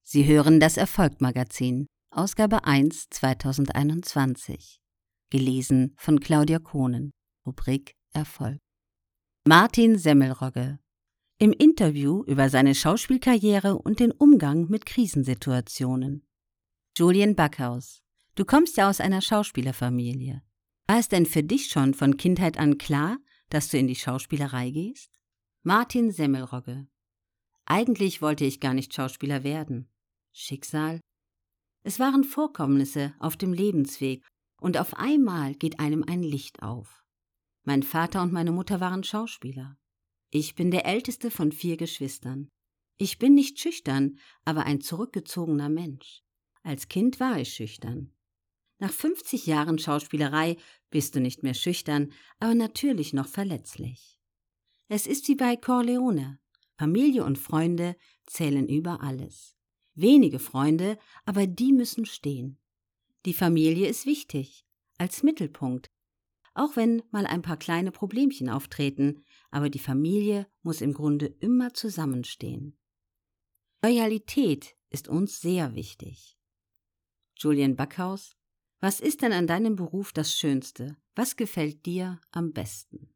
Sie hören das Erfolg-Magazin, Ausgabe 1, 2021. Gelesen von Claudia Kohnen, Rubrik Erfolg. Martin Semmelrogge. Im Interview über seine Schauspielkarriere und den Umgang mit Krisensituationen. Julian Backhaus. Du kommst ja aus einer Schauspielerfamilie. War es denn für dich schon von Kindheit an klar, dass du in die Schauspielerei gehst? Martin Semmelrogge. Eigentlich wollte ich gar nicht Schauspieler werden. Schicksal? Es waren Vorkommnisse auf dem Lebensweg und auf einmal geht einem ein Licht auf. Mein Vater und meine Mutter waren Schauspieler. Ich bin der älteste von 4 Geschwistern. Ich bin nicht schüchtern, aber ein zurückgezogener Mensch. Als Kind war ich schüchtern. Nach 50 Jahren Schauspielerei bist du nicht mehr schüchtern, aber natürlich noch verletzlich. Es ist wie bei Corleone. Familie und Freunde zählen über alles. Wenige Freunde, aber die müssen stehen. Die Familie ist wichtig, als Mittelpunkt, auch wenn mal ein paar kleine Problemchen auftreten, aber die Familie muss im Grunde immer zusammenstehen. Loyalität ist uns sehr wichtig. Julian Backhaus. Was ist denn an deinem Beruf das Schönste? Was gefällt dir am besten?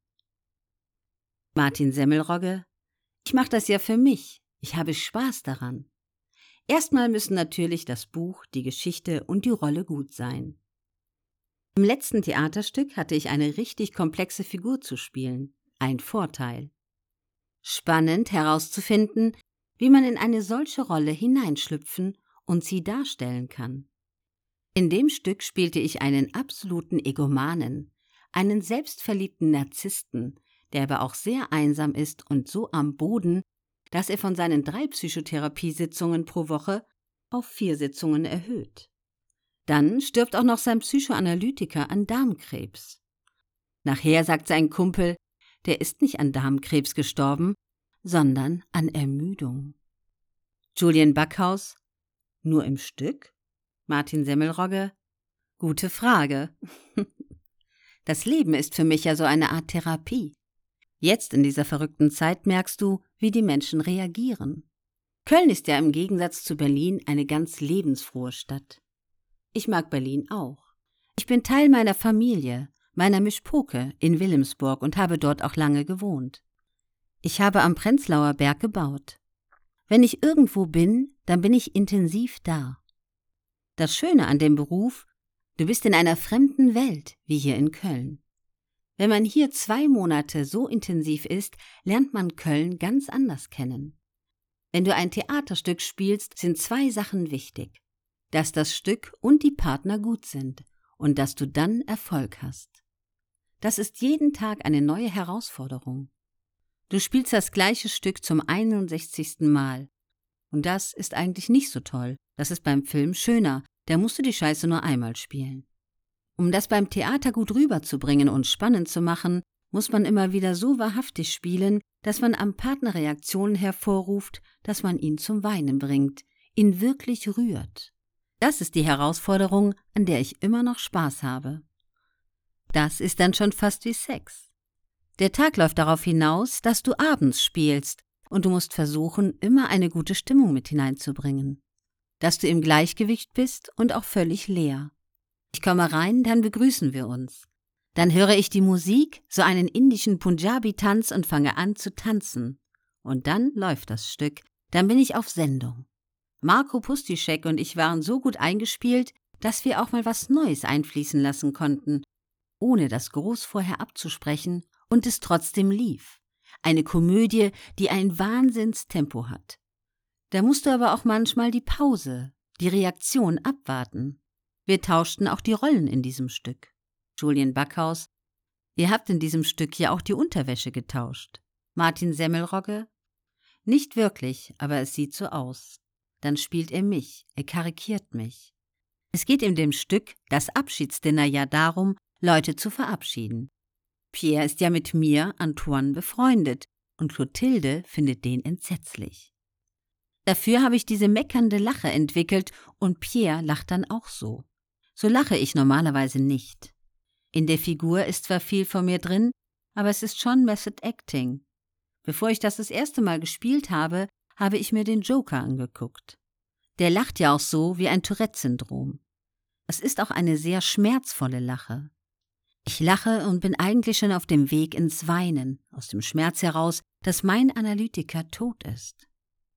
Martin Semmelrogge. Ich mache das ja für mich. Ich habe Spaß daran. Erstmal müssen natürlich das Buch, die Geschichte und die Rolle gut sein. Im letzten Theaterstück hatte ich eine richtig komplexe Figur zu spielen. Ein Vorteil. Spannend herauszufinden, wie man in eine solche Rolle hineinschlüpfen und sie darstellen kann. In dem Stück spielte ich einen absoluten Egomanen, einen selbstverliebten Narzissten, der aber auch sehr einsam ist und so am Boden, dass er von seinen 3 Psychotherapiesitzungen pro Woche auf 4 Sitzungen erhöht. Dann stirbt auch noch sein Psychoanalytiker an Darmkrebs. Nachher sagt sein Kumpel, der ist nicht an Darmkrebs gestorben, sondern an Ermüdung. Julian Backhaus. Nur im Stück? Martin Semmelrogge. Gute Frage. Das Leben ist für mich ja so eine Art Therapie. Jetzt in dieser verrückten Zeit merkst du, wie die Menschen reagieren. Köln ist ja im Gegensatz zu Berlin eine ganz lebensfrohe Stadt. Ich mag Berlin auch. Ich bin Teil meiner Familie, meiner Mischpoke in Wilhelmsburg und habe dort auch lange gewohnt. Ich habe am Prenzlauer Berg gebaut. Wenn ich irgendwo bin, dann bin ich intensiv da. Das Schöne an dem Beruf, du bist in einer fremden Welt, wie hier in Köln. Wenn man hier 2 Monate so intensiv ist, lernt man Köln ganz anders kennen. Wenn du ein Theaterstück spielst, sind 2 Sachen wichtig. Dass das Stück und die Partner gut sind und dass du dann Erfolg hast. Das ist jeden Tag eine neue Herausforderung. Du spielst das gleiche Stück zum 61. Mal. Und das ist eigentlich nicht so toll. Das ist beim Film schöner. Da musst du die Scheiße nur einmal spielen. Um das beim Theater gut rüberzubringen und spannend zu machen, muss man immer wieder so wahrhaftig spielen, dass man am Partner Reaktionen hervorruft, dass man ihn zum Weinen bringt, ihn wirklich rührt. Das ist die Herausforderung, an der ich immer noch Spaß habe. Das ist dann schon fast wie Sex. Der Tag läuft darauf hinaus, dass du abends spielst und du musst versuchen, immer eine gute Stimmung mit hineinzubringen. Dass du im Gleichgewicht bist und auch völlig leer. Ich komme rein, dann begrüßen wir uns. Dann höre ich die Musik, so einen indischen Punjabi-Tanz und fange an zu tanzen. Und dann läuft das Stück, dann bin ich auf Sendung. Marco Pustischek und ich waren so gut eingespielt, dass wir auch mal was Neues einfließen lassen konnten, ohne das groß vorher abzusprechen und es trotzdem lief. Eine Komödie, die ein Wahnsinnstempo hat. Da musst du aber auch manchmal die Pause, die Reaktion abwarten. Wir tauschten auch die Rollen in diesem Stück. Julian Backhaus. Ihr habt in diesem Stück ja auch die Unterwäsche getauscht. Martin Semmelrogge. Nicht wirklich, aber es sieht so aus. Dann spielt er mich, er karikiert mich. Es geht in dem Stück, das Abschiedsdinner, ja darum, Leute zu verabschieden. Pierre ist ja mit mir, Antoine, befreundet und Clotilde findet den entsetzlich. Dafür habe ich diese meckernde Lache entwickelt und Pierre lacht dann auch so. So lache ich normalerweise nicht. In der Figur ist zwar viel von mir drin, aber es ist schon Method Acting. Bevor ich das erste Mal gespielt habe, habe ich mir den Joker angeguckt. Der lacht ja auch so wie ein Tourette-Syndrom. Es ist auch eine sehr schmerzvolle Lache. Ich lache und bin eigentlich schon auf dem Weg ins Weinen, aus dem Schmerz heraus, dass mein Analytiker tot ist.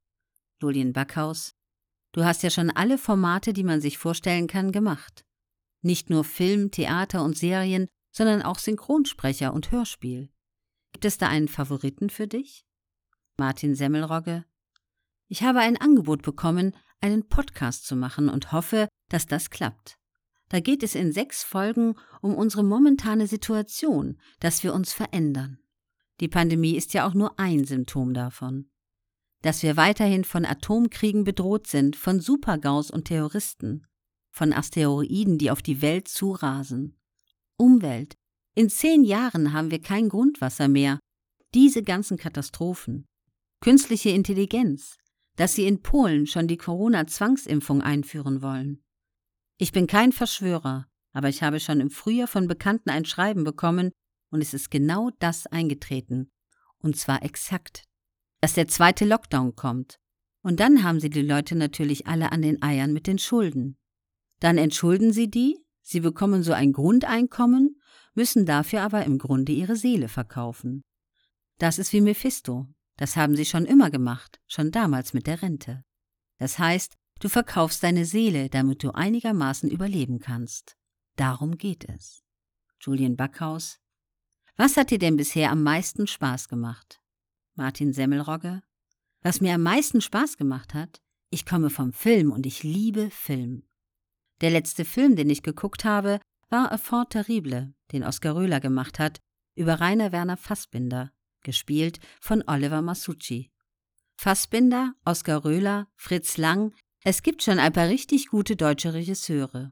Julian Backhaus: Du hast ja schon alle Formate, die man sich vorstellen kann, gemacht. Nicht nur Film, Theater und Serien, sondern auch Synchronsprecher und Hörspiel. Gibt es da einen Favoriten für dich? Martin Semmelrogge: Ich habe ein Angebot bekommen, einen Podcast zu machen und hoffe, dass das klappt. Da geht es in 6 Folgen um unsere momentane Situation, dass wir uns verändern. Die Pandemie ist ja auch nur ein Symptom davon. Dass wir weiterhin von Atomkriegen bedroht sind, von Supergaus und Terroristen, von Asteroiden, die auf die Welt zurasen. Umwelt: In 10 Jahren haben wir kein Grundwasser mehr. Diese ganzen Katastrophen. Künstliche Intelligenz, dass sie in Polen schon die Corona-Zwangsimpfung einführen wollen. Ich bin kein Verschwörer, aber ich habe schon im Frühjahr von Bekannten ein Schreiben bekommen und es ist genau das eingetreten. Und zwar exakt, dass der 2. Lockdown kommt. Und dann haben sie die Leute natürlich alle an den Eiern mit den Schulden. Dann entschulden sie die, sie bekommen so ein Grundeinkommen, müssen dafür aber im Grunde ihre Seele verkaufen. Das ist wie Mephisto. Das haben sie schon immer gemacht, schon damals mit der Rente. Das heißt, du verkaufst deine Seele, damit du einigermaßen überleben kannst. Darum geht es. Julian Backhaus: Was hat dir denn bisher am meisten Spaß gemacht? Martin Semmelrogge: Was mir am meisten Spaß gemacht hat? Ich komme vom Film und ich liebe Film. Der letzte Film, den ich geguckt habe, war Enfant terrible, den Oskar Röhler gemacht hat, über Rainer Werner Fassbinder, gespielt von Oliver Masucci. Fassbinder, Oskar Röhler, Fritz Lang, es gibt schon ein paar richtig gute deutsche Regisseure.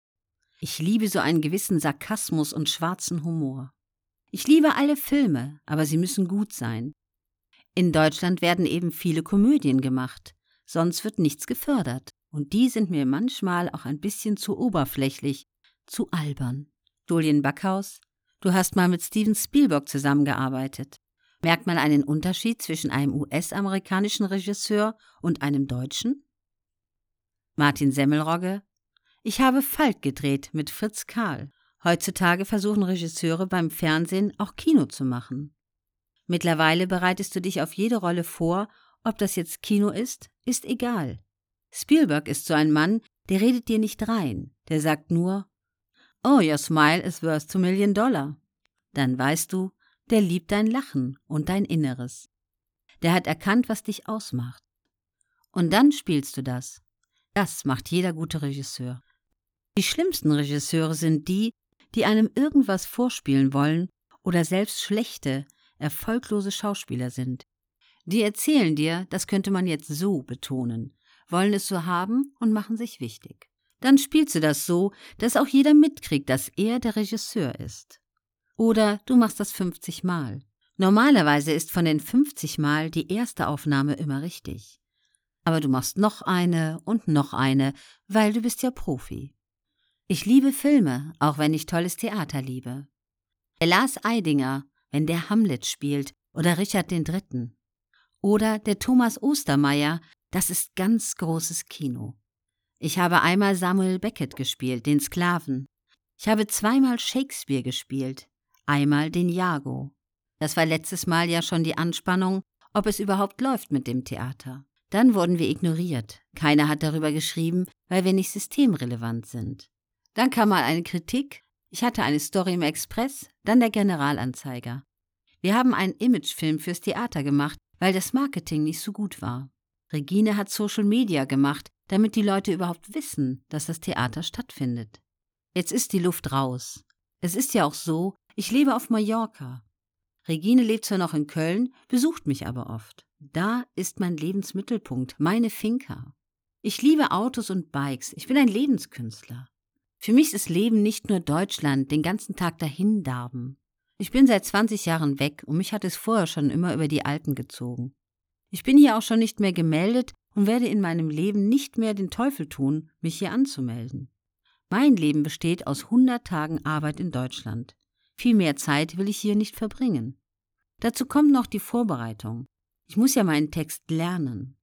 Ich liebe so einen gewissen Sarkasmus und schwarzen Humor. Ich liebe alle Filme, aber sie müssen gut sein. In Deutschland werden eben viele Komödien gemacht, sonst wird nichts gefördert. Und die sind mir manchmal auch ein bisschen zu oberflächlich, zu albern. Julian Backhaus: Du hast mal mit Steven Spielberg zusammengearbeitet. Merkt man einen Unterschied zwischen einem US-amerikanischen Regisseur und einem deutschen? Martin Semmelrogge: Ich habe Falk gedreht mit Fritz Karl. Heutzutage versuchen Regisseure beim Fernsehen auch Kino zu machen. Mittlerweile bereitest du dich auf jede Rolle vor, ob das jetzt Kino ist egal. Spielberg ist so ein Mann, der redet dir nicht rein, der sagt nur: Oh, your smile is worth $2 million. Dann weißt du, der liebt dein Lachen und dein Inneres. Der hat erkannt, was dich ausmacht. Und dann spielst du das. Das macht jeder gute Regisseur. Die schlimmsten Regisseure sind die, die einem irgendwas vorspielen wollen oder selbst schlechte, erfolglose Schauspieler sind. Die erzählen dir, das könnte man jetzt so betonen, wollen es so haben und machen sich wichtig. Dann spielst du das so, dass auch jeder mitkriegt, dass er der Regisseur ist. Oder du machst das 50 Mal. Normalerweise ist von den 50 Mal die erste Aufnahme immer richtig. Aber du machst noch eine, weil du bist ja Profi. Ich liebe Filme, auch wenn ich tolles Theater liebe. Der Lars Eidinger, wenn der Hamlet spielt, oder Richard III. Oder der Thomas Ostermeier, das ist ganz großes Kino. Ich habe einmal Samuel Beckett gespielt, den Sklaven. Ich habe 2-mal Shakespeare gespielt, einmal den Iago. Das war letztes Mal ja schon die Anspannung, ob es überhaupt läuft mit dem Theater. Dann wurden wir ignoriert. Keiner hat darüber geschrieben, weil wir nicht systemrelevant sind. Dann kam mal eine Kritik. Ich hatte eine Story im Express, dann der Generalanzeiger. Wir haben einen Imagefilm fürs Theater gemacht, weil das Marketing nicht so gut war. Regine hat Social Media gemacht, damit die Leute überhaupt wissen, dass das Theater stattfindet. Jetzt ist die Luft raus. Es ist ja auch so, ich lebe auf Mallorca. Regine lebt zwar noch in Köln, besucht mich aber oft. Da ist mein Lebensmittelpunkt, meine Finca. Ich liebe Autos und Bikes, ich bin ein Lebenskünstler. Für mich ist Leben nicht nur Deutschland, den ganzen Tag dahin darben. Ich bin seit 20 Jahren weg und mich hat es vorher schon immer über die Alpen gezogen. Ich bin hier auch schon nicht mehr gemeldet und werde in meinem Leben nicht mehr den Teufel tun, mich hier anzumelden. Mein Leben besteht aus 100 Tagen Arbeit in Deutschland. Viel mehr Zeit will ich hier nicht verbringen. Dazu kommt noch die Vorbereitung. Ich muss ja meinen Text lernen.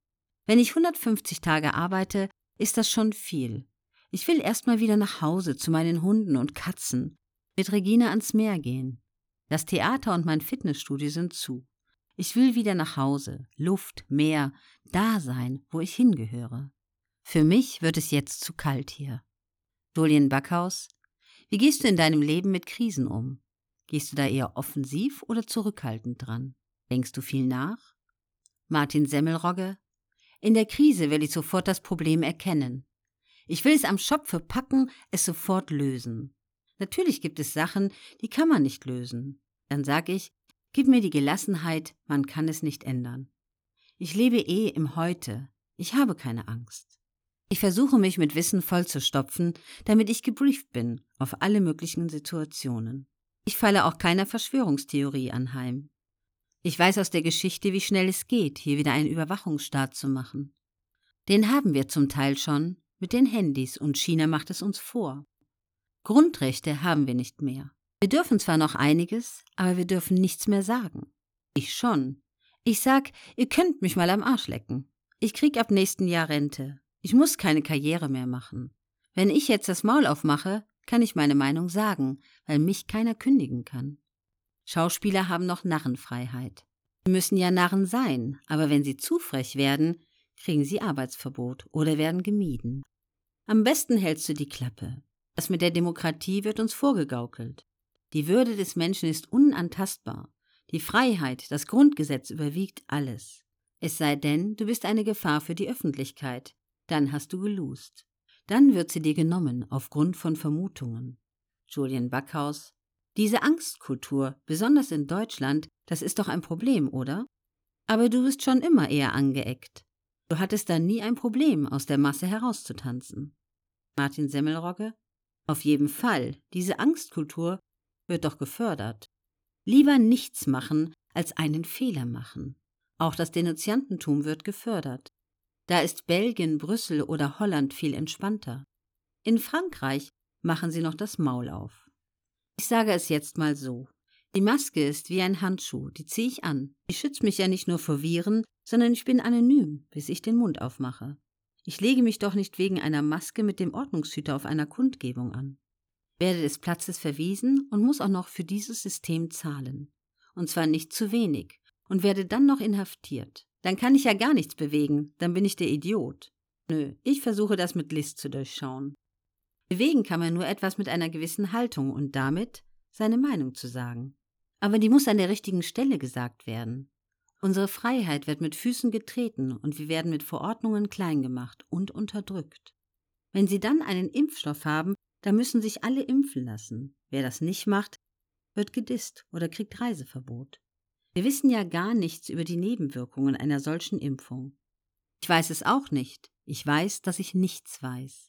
Wenn ich 150 Tage arbeite, ist das schon viel. Ich will erst mal wieder nach Hause zu meinen Hunden und Katzen, mit Regina ans Meer gehen. Das Theater und mein Fitnessstudio sind zu. Ich will wieder nach Hause, Luft, Meer, da sein, wo ich hingehöre. Für mich wird es jetzt zu kalt hier. Julian Backhaus, wie gehst du in deinem Leben mit Krisen um? Gehst du da eher offensiv oder zurückhaltend dran? Denkst du viel nach? Martin Semmelrogge, in der Krise will ich sofort das Problem erkennen. Ich will es am Schopfe packen, es sofort lösen. Natürlich gibt es Sachen, die kann man nicht lösen. Dann sag ich, gib mir die Gelassenheit, man kann es nicht ändern. Ich lebe im Heute. Ich habe keine Angst. Ich versuche mich mit Wissen vollzustopfen, damit ich gebrieft bin auf alle möglichen Situationen. Ich falle auch keiner Verschwörungstheorie anheim. Ich weiß aus der Geschichte, wie schnell es geht, hier wieder einen Überwachungsstaat zu machen. Den haben wir zum Teil schon mit den Handys und China macht es uns vor. Grundrechte haben wir nicht mehr. Wir dürfen zwar noch einiges, aber wir dürfen nichts mehr sagen. Ich schon. Ich sag, ihr könnt mich mal am Arsch lecken. Ich krieg ab nächsten Jahr Rente. Ich muss keine Karriere mehr machen. Wenn ich jetzt das Maul aufmache, kann ich meine Meinung sagen, weil mich keiner kündigen kann. Schauspieler haben noch Narrenfreiheit. Sie müssen ja Narren sein, aber wenn sie zu frech werden, kriegen sie Arbeitsverbot oder werden gemieden. Am besten hältst du die Klappe. Das mit der Demokratie wird uns vorgegaukelt. Die Würde des Menschen ist unantastbar. Die Freiheit, das Grundgesetz überwiegt alles. Es sei denn, du bist eine Gefahr für die Öffentlichkeit. Dann hast du geloost. Dann wird sie dir genommen aufgrund von Vermutungen. Julian Backhaus, diese Angstkultur, besonders in Deutschland, das ist doch ein Problem, oder? Aber du bist schon immer eher angeeckt. Du hattest da nie ein Problem, aus der Masse herauszutanzen. Martin Semmelrogge, auf jeden Fall, diese Angstkultur wird doch gefördert. Lieber nichts machen, als einen Fehler machen. Auch das Denunziantentum wird gefördert. Da ist Belgien, Brüssel oder Holland viel entspannter. In Frankreich machen sie noch das Maul auf. Ich sage es jetzt mal so. Die Maske ist wie ein Handschuh, die ziehe ich an. Die schützt mich ja nicht nur vor Viren, sondern ich bin anonym, bis ich den Mund aufmache. Ich lege mich doch nicht wegen einer Maske mit dem Ordnungshüter auf einer Kundgebung an. Werde des Platzes verwiesen und muss auch noch für dieses System zahlen. Und zwar nicht zu wenig. Und werde dann noch inhaftiert. Dann kann ich ja gar nichts bewegen, dann bin ich der Idiot. Nö, ich versuche das mit List zu durchschauen. Bewegen kann man nur etwas mit einer gewissen Haltung und damit seine Meinung zu sagen. Aber die muss an der richtigen Stelle gesagt werden. Unsere Freiheit wird mit Füßen getreten und wir werden mit Verordnungen klein gemacht und unterdrückt. Wenn sie dann einen Impfstoff haben, dann müssen sich alle impfen lassen. Wer das nicht macht, wird gedisst oder kriegt Reiseverbot. Wir wissen ja gar nichts über die Nebenwirkungen einer solchen Impfung. Ich weiß es auch nicht. Ich weiß, dass ich nichts weiß.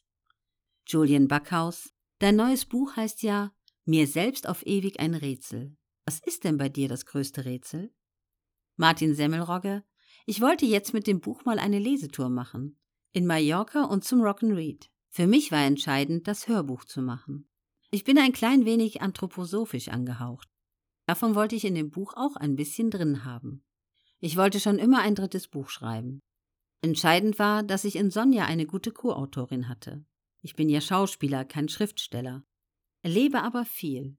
Julian Backhaus, dein neues Buch heißt ja »Mir selbst auf ewig ein Rätsel«. Was ist denn bei dir das größte Rätsel? Martin Semmelrogge, ich wollte jetzt mit dem Buch mal eine Lesetour machen. In Mallorca und zum Rock'n'Read. Für mich war entscheidend, das Hörbuch zu machen. Ich bin ein klein wenig anthroposophisch angehaucht. Davon wollte ich in dem Buch auch ein bisschen drin haben. Ich wollte schon immer ein 3. Buch schreiben. Entscheidend war, dass ich in Sonja eine gute Co-Autorin hatte. Ich bin ja Schauspieler, kein Schriftsteller. Erlebe aber viel.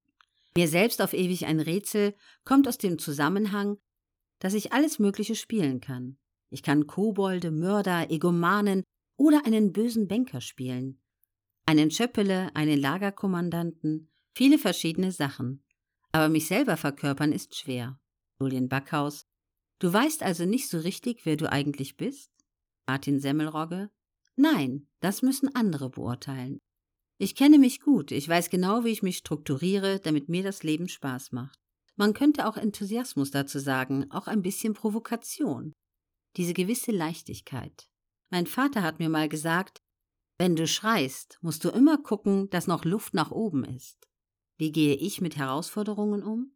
Mir selbst auf ewig ein Rätsel kommt aus dem Zusammenhang, dass ich alles Mögliche spielen kann. Ich kann Kobolde, Mörder, Egomanen oder einen bösen Banker spielen. Einen Schöppele, einen Lagerkommandanten, viele verschiedene Sachen. Aber mich selber verkörpern ist schwer. Julian Backhaus, du weißt also nicht so richtig, wer du eigentlich bist? Martin Semmelrogge, nein, das müssen andere beurteilen. Ich kenne mich gut, ich weiß genau, wie ich mich strukturiere, damit mir das Leben Spaß macht. Man könnte auch Enthusiasmus dazu sagen, auch ein bisschen Provokation. Diese gewisse Leichtigkeit. Mein Vater hat mir mal gesagt, wenn du schreist, musst du immer gucken, dass noch Luft nach oben ist. Wie gehe ich mit Herausforderungen um?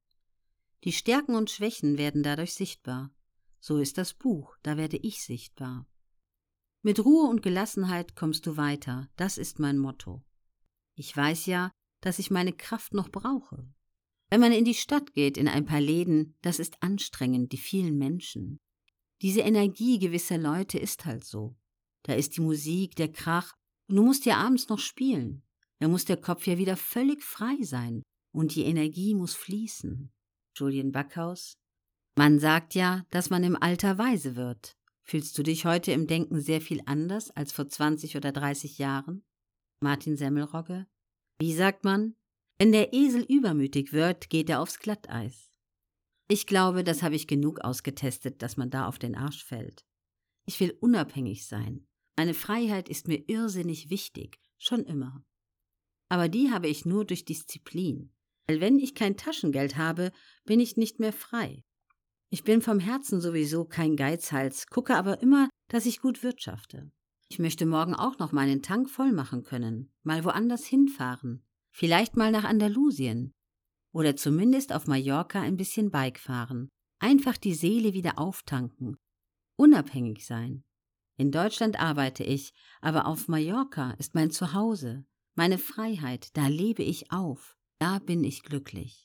Die Stärken und Schwächen werden dadurch sichtbar. So ist das Buch, da werde ich sichtbar. Mit Ruhe und Gelassenheit kommst du weiter, das ist mein Motto. Ich weiß ja, dass ich meine Kraft noch brauche. Wenn man in die Stadt geht, in ein paar Läden, das ist anstrengend, die vielen Menschen. Diese Energie gewisser Leute ist halt so. Da ist die Musik, der Krach, und du musst ja abends noch spielen. Da muss der Kopf ja wieder völlig frei sein und die Energie muss fließen. Julian Backhaus: Man sagt ja, dass man im Alter weise wird. Fühlst du dich heute im Denken sehr viel anders als vor 20 oder 30 Jahren? Martin Semmelrogge: Wie sagt man? Wenn der Esel übermütig wird, geht er aufs Glatteis. Ich glaube, das habe ich genug ausgetestet, dass man da auf den Arsch fällt. Ich will unabhängig sein. Meine Freiheit ist mir irrsinnig wichtig, schon immer. Aber die habe ich nur durch Disziplin. Weil wenn ich kein Taschengeld habe, bin ich nicht mehr frei. Ich bin vom Herzen sowieso kein Geizhals, gucke aber immer, dass ich gut wirtschafte. Ich möchte morgen auch noch meinen Tank voll machen können, mal woanders hinfahren, vielleicht mal nach Andalusien oder zumindest auf Mallorca ein bisschen Bike fahren, einfach die Seele wieder auftanken, unabhängig sein. In Deutschland arbeite ich, aber auf Mallorca ist mein Zuhause, meine Freiheit, da lebe ich auf, da bin ich glücklich.